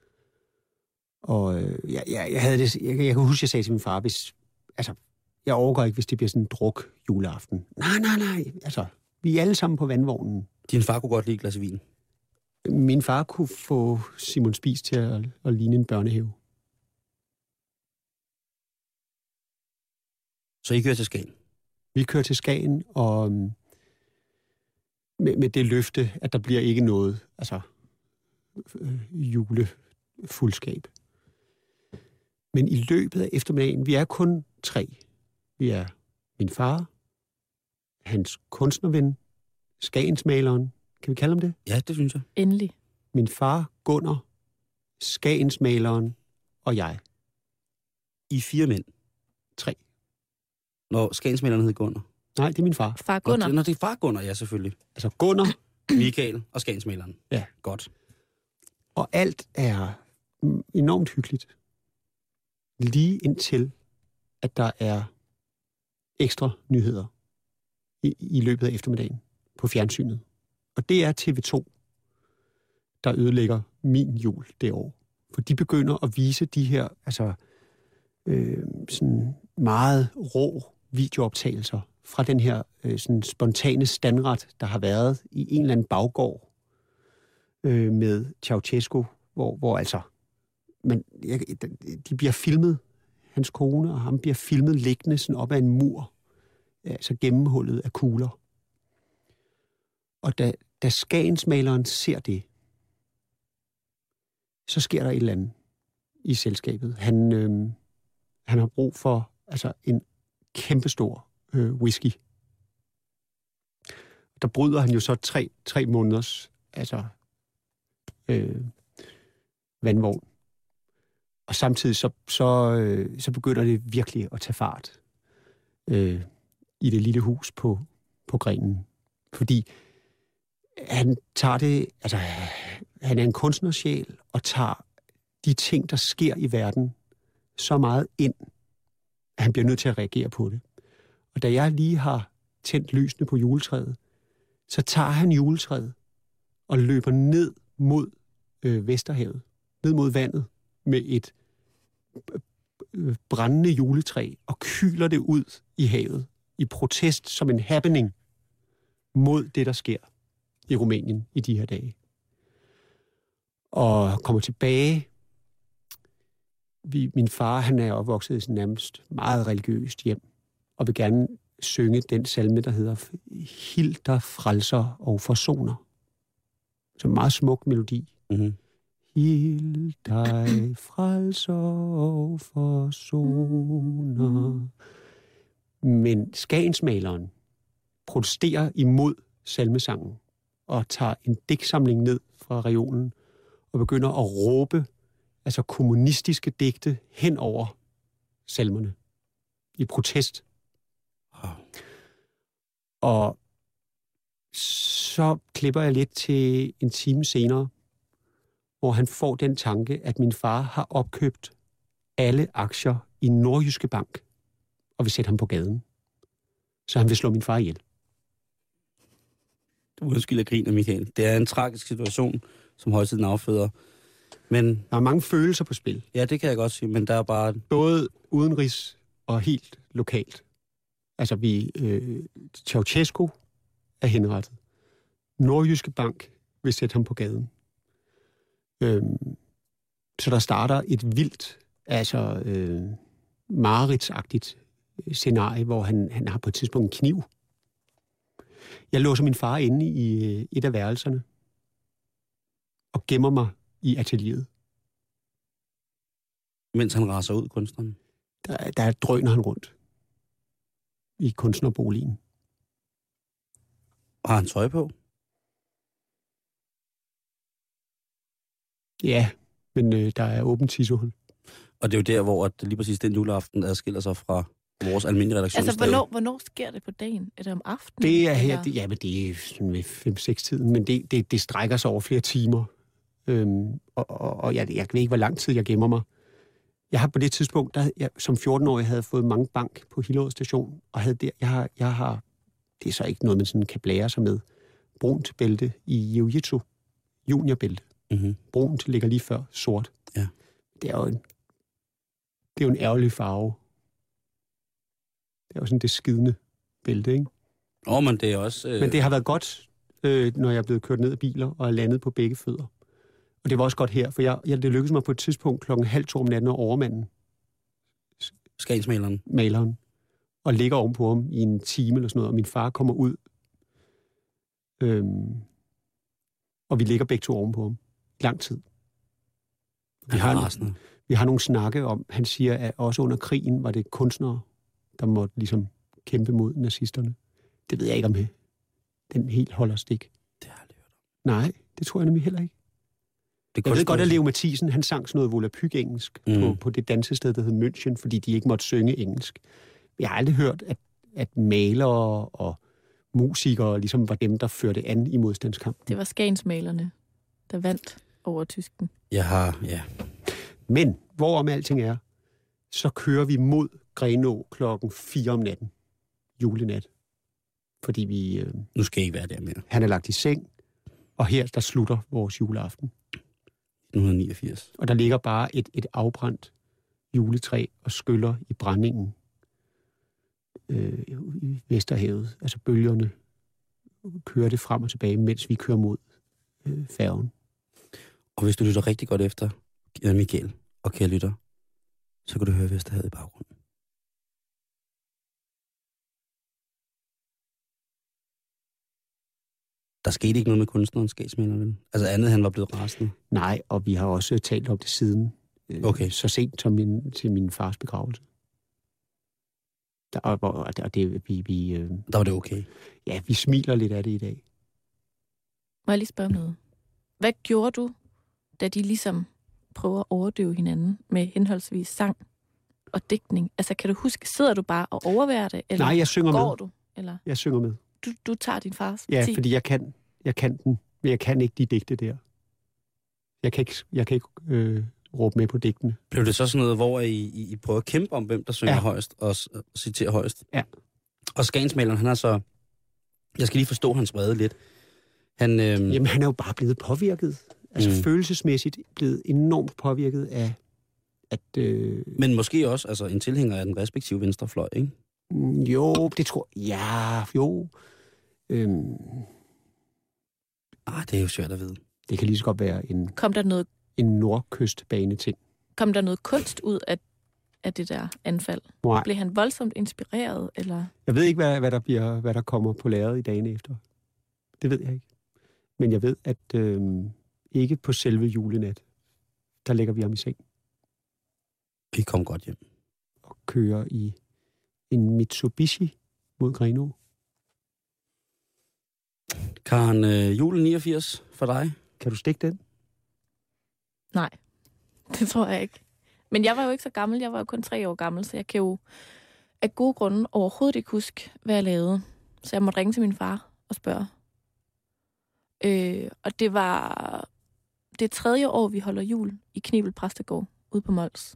Og jeg kan huske, jeg sagde til min far, jeg overgår ikke, hvis det bliver sådan en druk juleaften. Nej, altså, vi er alle sammen på vandvognen. Din far kunne godt lide et glas vin. Min far kunne få Simon Spies til at ligne en børnehave. Så I kører til Skagen? Vi kører til Skagen, og med det løfte, at der bliver ikke noget, julefuldskab. Men i løbet af eftermiddagen, vi er kun 3. Vi er min far, hans kunstnerven, Skagensmaleren. Kan vi kalde ham det? Ja, det synes jeg. Endelig. Min far, Gunnar, Skagensmaleren og jeg. I 4 mænd? 3. Når Skagensmaleren hed Gunnar? Nej, det er min far. Far Gunnar. Når det er far Gunnar, ja, selvfølgelig. Altså Gunnar, Michael og Skagensmaleren. Ja. Godt. Og alt er enormt hyggeligt. Lige indtil, at der er ekstra nyheder i løbet af eftermiddagen på fjernsynet. Og det er TV2, der ødelægger min jul det år. For de begynder at vise de her sådan meget rå videooptagelser fra den her sådan spontane standret, der har været i en eller anden baggård med Ceausescu, hvor altså de bliver filmet, hans kone og ham bliver filmet liggende sådan op ad en mur, altså gennemhullet af kugler. Og da Skagensmaleren ser det, så sker der et eller andet i selskabet. Han har brug for en kæmpestor whisky. Der bryder han jo så 3 måneders vandvogn. Og samtidig så begynder det virkelig at tage fart i det lille hus på grenen. Fordi han tager det, han er en kunstnersjæl og tager de ting, der sker i verden, så meget ind, at han bliver nødt til at reagere på det. Og da jeg lige har tændt lysene på juletræet, så tager han juletræet og løber ned mod Vesterhavet, ned mod vandet med et brændende juletræ og kyler det ud i havet i protest som en happening mod det, der sker i Rumænien i de her dage. Og kommer tilbage. Min far, han er opvokset i sådan nærmest meget religiøst hjem, og vil gerne synge den salme, der hedder Hild der frelser og forsoner. Så en meget smuk melodi. Mm-hmm. Hild dig frelser og forsoner. Men Skagensmaleren protesterer imod salmesangen og tager en digtsamling ned fra reolen og begynder at råbe altså kommunistiske digte hen over salmerne i protest. Og så klipper jeg lidt til en time senere, hvor han får den tanke, at min far har opkøbt alle aktier i Nordjyske Bank og vil sætte ham på gaden. Så han vil slå min far ihjel. Undskyld, jeg griner, Michael. Det er en tragisk situation, som højtiden afføder. Men der er mange følelser på spil. Ja, det kan jeg godt sige, men der er bare... Både udenrigs og helt lokalt. Altså, Ceausescu er henrettet. Nordjyske Bank vil sætte ham på gaden. Så der starter et vildt, altså mareridtsagtigt scenarie, hvor han har på et tidspunkt en kniv. Jeg låser min far inde i et af værelserne og gemmer mig i atelieret. Mens han raser ud, kunstneren? Der drøner han rundt i kunstnerboligen. Har han tøj på? Ja, men der er åbent tissehul. Og det er jo der, hvor lige præcis den juleaften adskiller sig fra vores almindelige redaktionssted. Altså, hvornår sker det på dagen? Er det om aftenen? Det er her, ja, men det er sådan ved 5-6-tiden, men det strækker sig over flere timer. Og jeg ved ikke, hvor lang tid jeg gemmer mig. Jeg har på det tidspunkt, jeg som 14-årig havde fået mange bank på Hillerød station, og jeg har, det er så ikke noget, man sådan kan blære sig med, brunt bælte i jiu-jitsu, juniorbælte. Mm-hmm. Brunt ligger lige før sort. Ja. Det er jo en ærgerlig farve. Det er jo sådan det skidende bælte, ikke? Men det er også... Men det har været godt, når jeg er blevet kørt ned af biler og er landet på begge fødder. Og det var også godt her, for det lykkedes mig på et tidspunkt 1:30 om natten at overmanden. Skagensmaleren. Maleren. Og ligger ovenpå ham i en time eller sådan noget, og min far kommer ud. Og vi ligger begge to ovenpå ham. Lang tid. Vi har nogle snakke om, han siger, at også under krigen var det kunstnere, der måtte ligesom kæmpe mod nazisterne. Det ved jeg ikke om den helt holder stik. Det har jeg aldrig hørt om. Nej, det tror jeg nemlig heller ikke. Jeg ved godt, at Leo Mathisen, han sang sådan noget volapyk-engelsk på det dansested, der hed München, fordi de ikke måtte synge engelsk. Jeg har aldrig hørt, at malere og musikere ligesom var dem, der førte an i modstandskampen. Det var skagensmalerne, der vandt over tysken. Ja. Men, hvorom alting er, så kører vi mod Grenaa 4 om natten. Julenat. Fordi vi... Nu skal jeg ikke være der mere. Han er lagt i seng, og her, der slutter vores juleaften. 1989. Og der ligger bare et afbrændt juletræ og skyller i brændingen i Vesterhavet. Altså bølgerne kører det frem og tilbage, mens vi kører mod færgen. Og hvis du lytter rigtig godt efter, Michael og kære lytter, så kan du høre Vesterhavet i baggrunden. Der skete ikke noget med kunstneren Skagensmaleren, vel? Altså andet, han var blevet rasende? Nej, og vi har også talt om det siden. Okay. Så sent som til min fars begravelse. Der var det okay? Ja, vi smiler lidt af det i dag. Må jeg lige spørge noget? Hvad gjorde du, da de ligesom prøver at overdøve hinanden med henholdsvis sang og digtning? Altså, kan du huske, sidder du bare og overværer det? Eller nej, jeg synger går med. Du? Eller? Jeg synger med. Du tager din fars Ja, parti. fordi jeg kan den, men jeg kan ikke de digte der. Jeg kan ikke råbe med på digtene. Blev det så sådan noget, hvor I prøver at kæmpe om, hvem der synger højst og citerer højst? Ja. Og Skagensmaleren, han er så... Jeg skal lige forstå hans vrede lidt. Jamen, han er jo bare blevet påvirket. Altså følelsesmæssigt blevet enormt påvirket af... Men måske også altså, en tilhænger af den respektive venstrefløj, ikke? Jo, det tror jeg. Ja, jo. Det er jo svært at vide. Det kan lige så godt være en nordkystbane-ting. Kom der noget kunst ud af det der anfald? Nej. Blev han voldsomt inspireret, eller? Jeg ved ikke, hvad der kommer på lærredet i dagene efter. Det ved jeg ikke. Men jeg ved, at ikke på selve julenat, der lægger vi ham i seng. Vi kom godt hjem. Og kører i en Mitsubishi mod Grenaa. Karen, julen 89 for dig? Kan du stikke den? Nej, det tror jeg ikke. Men jeg var jo ikke så gammel. Jeg var jo kun 3 år gammel, så jeg kan jo af gode grunde overhovedet ikke huske, hvad jeg lavede. Så jeg måtte ringe til min far og spørge. Og det var det 3. år, vi holder jul i Knebel Præstegård ude på Mols.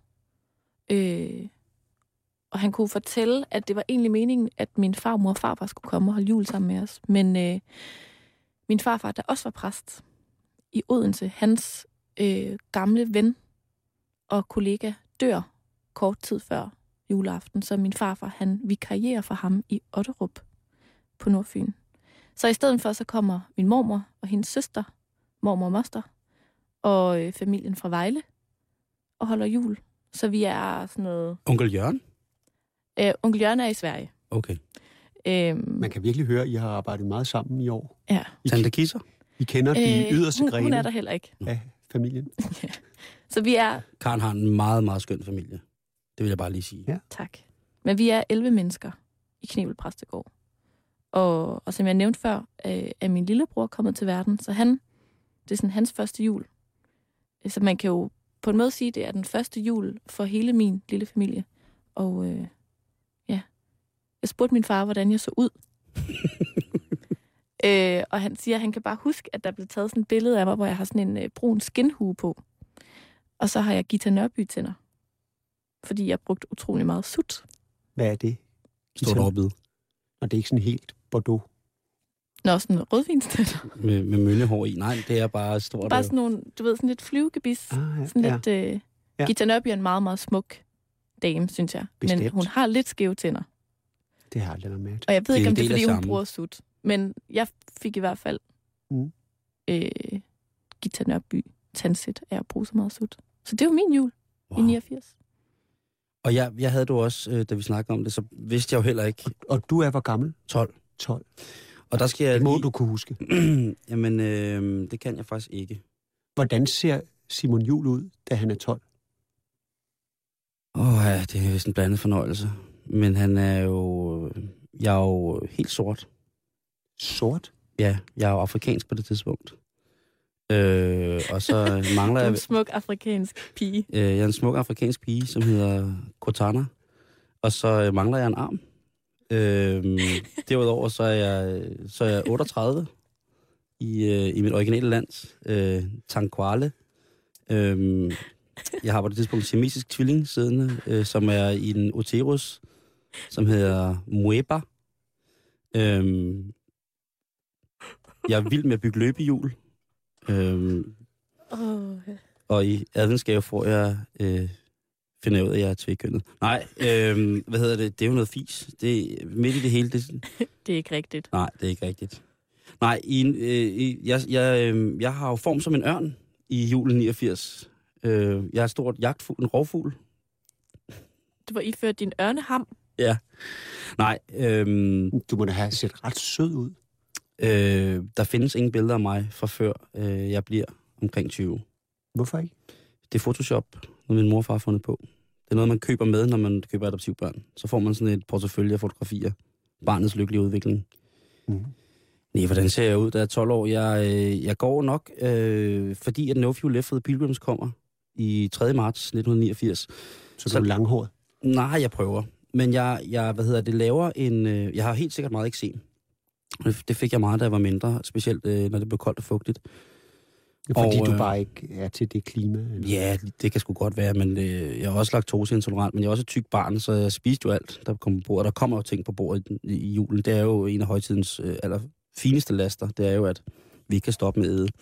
Og han kunne fortælle, at det var egentlig meningen, at min farmor og farfar skulle komme og holde jul sammen med os. Men min farfar, der også var præst i Odense, hans gamle ven og kollega dør kort tid før juleaften. Så min farfar, han vikarierer for ham i Otterup på Nordfyn. Så i stedet for, så kommer min mormor og hendes søster, mormor og moster, og familien fra Vejle og holder jul. Så vi er sådan noget... Onkel Jørgen? Onkel Jørgen er i Sverige. Okay. Man kan virkelig høre, at I har arbejdet meget sammen i år. Ja. Tante Kisser? I kender de yderste grene hun er der heller ikke. af familien. Ja. Så vi er... Karen har en meget, meget skøn familie. Det vil jeg bare lige sige. Ja. Tak. Men vi er 11 mennesker i Knebel Præstegård. Og som jeg nævnte før, er min lillebror kommet til verden, så det er sådan hans første jul. Så man kan jo på en måde sige, at det er den første jul for hele min lille familie. Og jeg spurgte min far, hvordan jeg så ud. Og han siger, at han kan bare huske, at der blev taget sådan et billede af mig, hvor jeg har sådan en brun skinhue på. Og så har jeg Gita Nørby-tænder. Fordi jeg brugt utrolig meget sut. Hvad er det? Stort overbid. Og det er ikke sådan helt Bordeaux. Nå, sådan rødvinstænder. Med mønnehår i. Nej, det er bare stort. Bare sådan nogle, du ved, sådan lidt flyvegebis. Ja. Sådan lidt... Ja. Gita Nørby er en meget, meget smuk dame, synes jeg. Bestemt. Men hun har lidt skæve tænder. Det har jeg aldrig med. Og jeg ved ikke, om det er, en del fordi af hun sammen. bruger sut. Men jeg fik i hvert fald Gita Nørby tandsæt af at bruge så meget sut. Så det var min jul i 89. Og jeg havde du også, da vi snakkede om det, så vidste jeg jo heller ikke. Og du er hvor gammel? 12. 12. Og der skal jeg Det må du kunne huske. Jamen, det kan jeg faktisk ikke. Hvordan ser Simon Juhl ud, da han er 12? Ja, det er vist en blandet fornøjelse. Men han er jo... Jeg er jo helt sort. Sort? Ja, jeg er jo afrikansk på det tidspunkt. Og så mangler Du er jeg... en smuk afrikansk pige. Jeg er en smuk afrikansk pige, som hedder Kotana. Og så mangler jeg en arm. Derudover så er jeg 38 i mit originale land, Tankwale. Jeg har på det tidspunkt en siamesisk tvilling siddende, som er i en uterus, som hedder Mueba. Jeg er vild med at bygge løbehjul. Og i adventsgave får jeg... finder jeg ud af, at jeg er tvækønnet. Nej, hvad hedder det? Det er jo noget fis. Det er midt i det hele. Det er ikke rigtigt. Nej, det er ikke rigtigt. Nej, jeg har jo form som en ørn i julen 89. Jeg er et stort jagtfugl, en rovfugl. Du var iført din ørneham. Ja. Nej. Du må da have set ret sød ud. Der findes ingen billeder af mig fra før jeg bliver omkring 20. Hvorfor ikke? Det er Photoshop, når min mor og far har fundet på. Det er noget, man køber med, når man køber adoptivbørn. Så får man sådan et portefølje af fotografier. Barnets lykkelige udvikling. Nej, hvordan ser jeg ud, da jeg er 12 år? Jeg går nok, fordi at No Fuel Left for the Pilgrims kommer i 3. marts 1989. Så du er langhåret? Nej, jeg prøver. Men jeg laver en... Jeg har helt sikkert meget eksem. Det fik jeg meget, da jeg var mindre, specielt når det blev koldt og fugtigt. Fordi du bare ikke er til det klima? Eller? Ja, det kan sgu godt være, men jeg er også laktoseintolerant, men jeg er også et tyk barn, så jeg spiste jo alt, der kom på bordet. Der kommer jo ting på bordet i julen. Det er jo en af højtidens fineste laster, det er jo, at vi ikke kan stoppe med æde.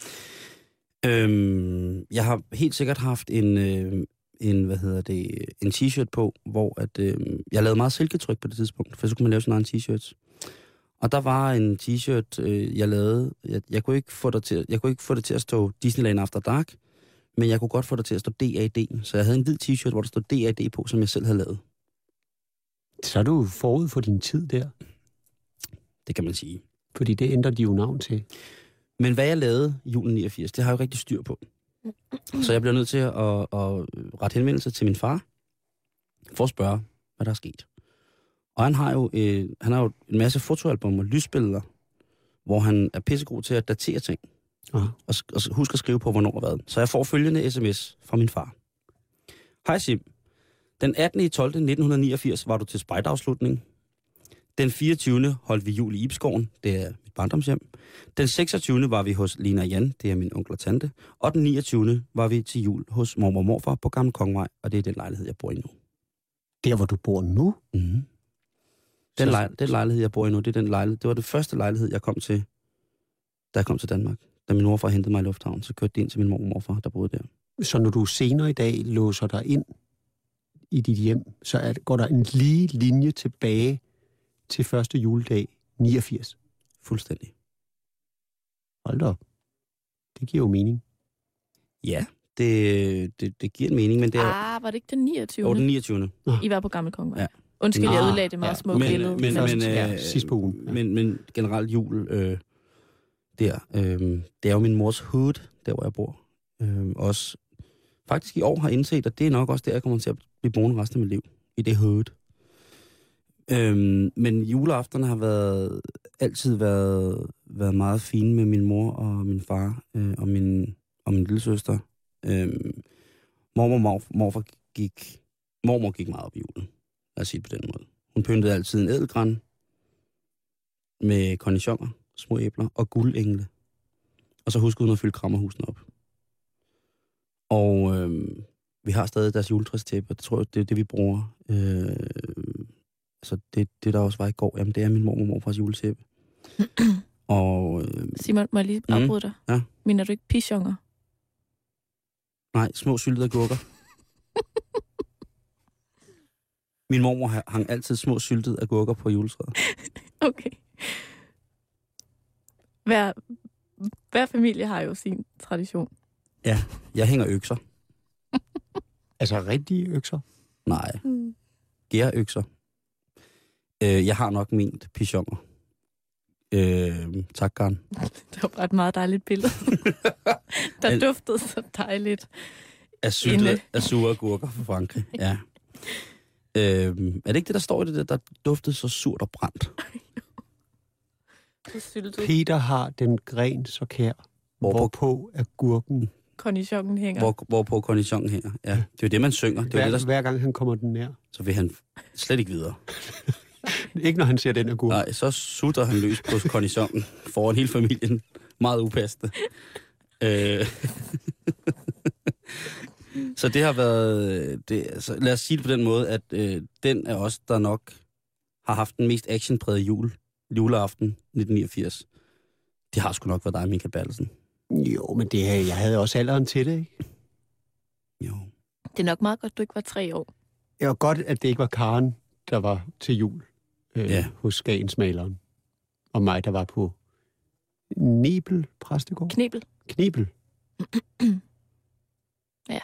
Jeg har helt sikkert haft en t-shirt på, hvor jeg lavede meget silketryk på det tidspunkt, for så kunne man lave sådan en t-shirt. Og der var en t-shirt, jeg lavede. Jeg kunne ikke få det til at stå Disneyland After Dark, men jeg kunne godt få det til at stå DAD. Så jeg havde en hvid t-shirt, hvor der stod DAD på, som jeg selv havde lavet. Så er du forud for din tid der? Det kan man sige. Fordi det ændrer de jo navn til. Men hvad jeg lavede i julen 89, det har jeg jo rigtig styr på. Så jeg bliver nødt til at rette henvendelse til min far, for at spørge, hvad der er sket. Og han har jo en masse fotoalbum og lysbilleder, hvor han er pissegod til at datere ting. Og husk at skrive på, hvornår og hvad. Så jeg får følgende sms fra min far. Hej Sim. Den 18.12.1989 var du til spejderafslutning. Den 24. holdt vi jul i Ibskoven, det er mit barndomshjem. Den 26. var vi hos Lena og Jan, det er min onkel og tante. Og den 29. var vi til jul hos mormor og morfar på Gamle Kongevej, og det er den lejlighed, jeg bor i nu. Der, hvor du bor nu? Mm-hmm. Den lejlighed, jeg bor i nu, det er den lejlighed. Det var det første lejlighed, jeg kom til, da jeg kom til Danmark. Da min morfar hentede mig i lufthavnen, så kørte de ind til min mor og morfar, der boede der. Så når du senere i dag låser dig ind i dit hjem, så går der en lige linje tilbage til første juledag 89? Fuldstændig. Hold da op. Det giver jo mening. Ja, det giver en mening, men det er... var det ikke den 29. Og den 29. I var på Gamle Kongevej. Ja. Undskyld, jeg udlagde det meget små billede. Sidst på ugen. Ja. Men generelt jul der, det er jo min mors hood, der hvor jeg bor. Også faktisk i år har indset, at det er nok også der, jeg kommer til at blive boende resten af mit liv. I det hood. Men juleafterne har altid været meget fine med min mor og min far og min lille søster. Mormor gik meget op i julen. Lad os sige det på den måde. Hun pyntede altid en ædelgran med cornichoner, små æbler og guldengle. Og så huskede hun at fylde krammerhusene op. Og vi har stadig deres juletræstæppe, og det tror jeg, det er det, vi bruger. Så det der også var i går, jamen det er min mormor og morfars juletæppe. Og Simon, må jeg lige afbryde dig? Ja. Mener du ikke pichonger? Nej, små syltede agurker. Min mormor hang altid små syltede agurker på juletræet. Okay. Hver familie har jo sin tradition. Ja, jeg hænger økser. Altså rigtige økser? Nej, gærøkser. Jeg har nok ment pichonger. Tak, Karen. Det var bare et meget dejligt billede. Der duftede så dejligt. Af sure agurker fra Frankrig, ja. Er det ikke det, der står i det der duftede så surt og brændt? Peter har den gren så kær, hvorpå agurken... Cornichonen hænger. Hvorpå cornichonen hænger, ja. Det er jo det, man synger. Det er hver gang han kommer den nær. Så vil han slet ikke videre. Ikke når han ser den agurk. Nej, så sutter han løs på cornichonen foran hele familien. Meget upassende. Så det har været... altså, lad os sige det på den måde, at den er os, der nok har haft den mest actionprægede juleaften 1989. Det har sgu nok været dig, Michael Bertelsen. Jo, men jeg havde også alderen til det, ikke? Jo. Det er nok meget godt, du ikke var 3 år. Det var godt, at det ikke var Karen, der var til jul hos Skagensmaleren. Og mig, der var på Nebel Præstegård. Knebel. Ja.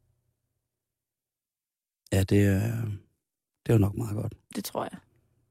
Ja, det er jo nok meget godt. Det tror jeg.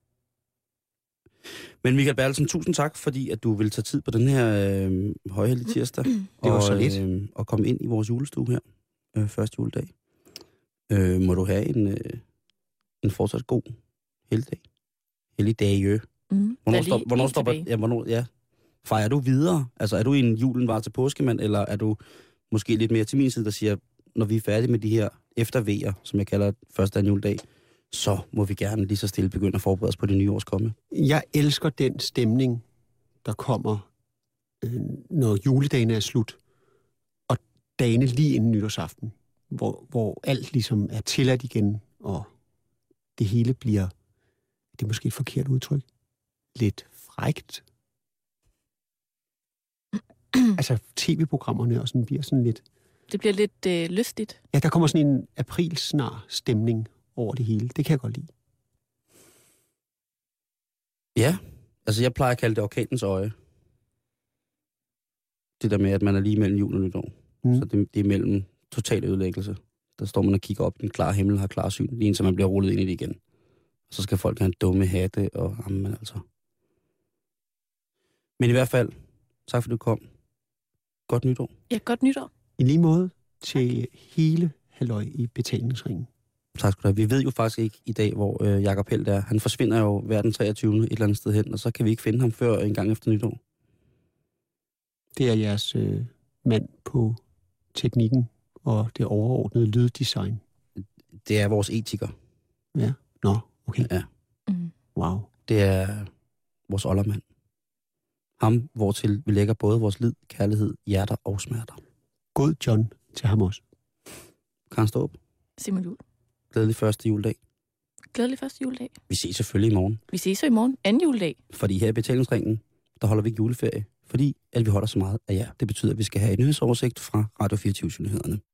Men Michael Bertelsen, tusind tak, fordi at du ville tage tid på den her højhellige tirsdag. Det var så lidt. Og komme ind i vores julestue her, første juledag. Må du have en fortsat god helligdag. Helligdag. Hvornår stopper... Ja, fejrer du videre? Altså, er du en julen var til påskemand, eller er du måske lidt mere til min side, der siger, når vi er færdige med de her eftervejer, som jeg kalder første anden juledag, så må vi gerne lige så stille begynde at forberede os på det nye års komme. Jeg elsker den stemning, der kommer, når juledagen er slut, og dagene lige inden nytårsaften, hvor alt ligesom er tilladt igen, og det hele bliver, det er måske et forkert udtryk, lidt frækt. Altså tv-programmerne og sådan bliver sådan lidt... Det bliver lidt lystigt. Ja, der kommer sådan en aprilsnar stemning over det hele. Det kan jeg godt lide. Ja, altså jeg plejer at kalde det orkanens øje. Det der med, at man er lige mellem jul og nytår. Så det er mellem total ødelæggelse. Der står man og kigger op i den klare himmel, har klar syn, lige indtil man bliver rullet ind i det igen. Og så skal folk have en dumme hatte, og jamen altså. Men i hvert fald, tak fordi du kom. Godt nytår. Ja, godt nytår. I lige måde til hele halløj i betalingsringen. Tak skal du have. Vi ved jo faktisk ikke i dag, hvor Jakob Helt er. Han forsvinder jo hver den 23. et eller andet sted hen, og så kan vi ikke finde ham før en gang efter nytår. Det er jeres mand på teknikken og det overordnede lyddesign. Det er vores etiker. Ja. Nå, okay. Ja. Mm. Wow. Det er vores oldermand. Ham, hvortil vi lægger både vores lid, kærlighed, hjerter og smerter. God John til ham også. Karen Staarup, Simon Jul. glædelig første juledag. Glædelig første juledag. Vi ses selvfølgelig i morgen, Vi ses så i morgen. Anden juledag. fordi her i Betalingsringen, der holder vi ikke juleferie, fordi at vi holder så meget af jer. Det betyder, at vi skal have en nyhedsoversigt fra Radio 24 Nyhederne.